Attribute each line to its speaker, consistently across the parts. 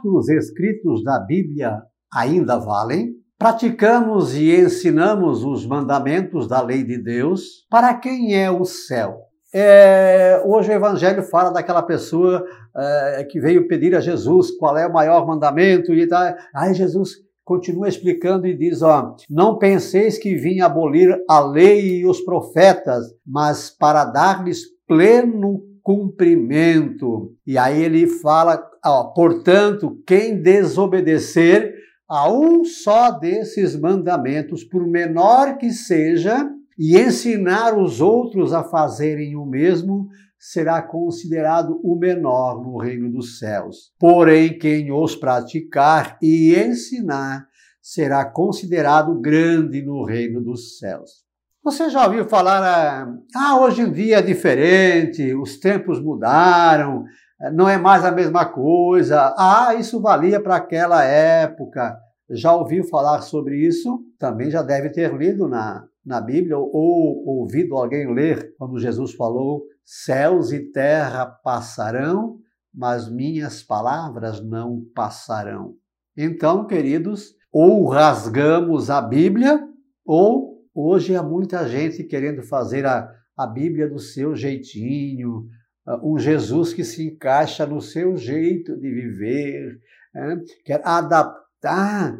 Speaker 1: que os escritos da Bíblia ainda valem? Praticamos e ensinamos os mandamentos da lei de Deus? Para quem é o céu? Hoje o Evangelho fala daquela pessoa que veio pedir a Jesus qual é o maior mandamento e tal. Aí Jesus continua explicando e diz, não penseis que vim abolir a lei e os profetas, mas para dar-lhes pleno cumprimento. E aí ele fala, portanto, quem desobedecer a um só desses mandamentos, por menor que seja, e ensinar os outros a fazerem o mesmo, será considerado o menor no reino dos céus. Porém, quem os praticar e ensinar será considerado grande no reino dos céus. Você já ouviu falar, hoje em dia é diferente, os tempos mudaram, não é mais a mesma coisa, isso valia para aquela época. Já ouviu falar sobre isso? Também já deve ter lido na Bíblia ou ouvido alguém ler, quando Jesus falou, céus e terra passarão, mas minhas palavras não passarão. Então, queridos, ou rasgamos a Bíblia, ou hoje há muita gente querendo fazer a Bíblia do seu jeitinho, um Jesus que se encaixa no seu jeito de viver, quer adaptar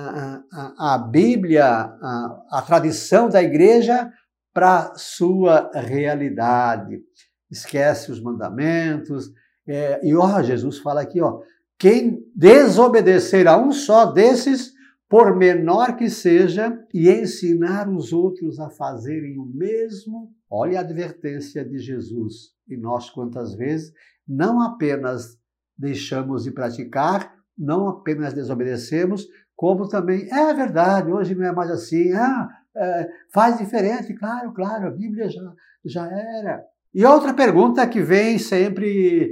Speaker 1: a Bíblia, a tradição da igreja para sua realidade. Esquece os mandamentos. Jesus fala aqui, quem desobedecer a um só desses, por menor que seja, e ensinar os outros a fazerem o mesmo, olha a advertência de Jesus. E nós, quantas vezes, não apenas deixamos de praticar, não apenas desobedecemos, como também, é verdade, hoje não é mais assim, faz diferente, claro, a Bíblia já era. E outra pergunta que vem sempre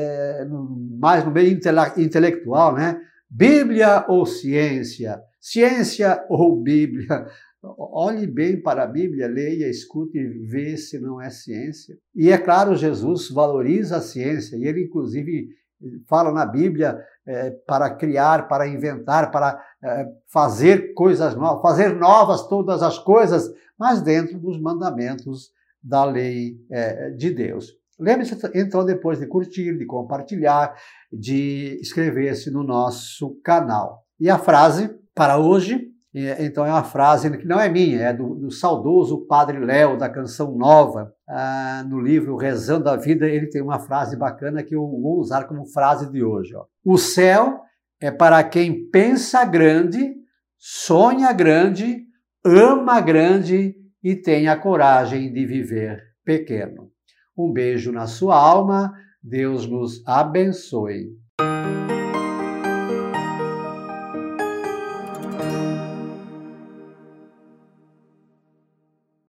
Speaker 1: mais no meio intelectual, né? Bíblia ou ciência? Ciência ou Bíblia? Olhe bem para a Bíblia, leia, escute e vê se não é ciência. E é claro, Jesus valoriza a ciência, e ele inclusive fala na Bíblia para criar, para inventar, para fazer coisas novas, fazer novas todas as coisas, mas dentro dos mandamentos da lei de Deus. Lembre-se, então, depois de curtir, de compartilhar, de inscrever-se no nosso canal. E a frase para hoje, então, é uma frase que não é minha, é do saudoso Padre Léo, da Canção Nova. No livro Rezando a Vida, ele tem uma frase bacana que eu vou usar como frase de hoje. O céu é para quem pensa grande, sonha grande, ama grande e tem a coragem de viver pequeno. Um beijo na sua alma, Deus nos abençoe.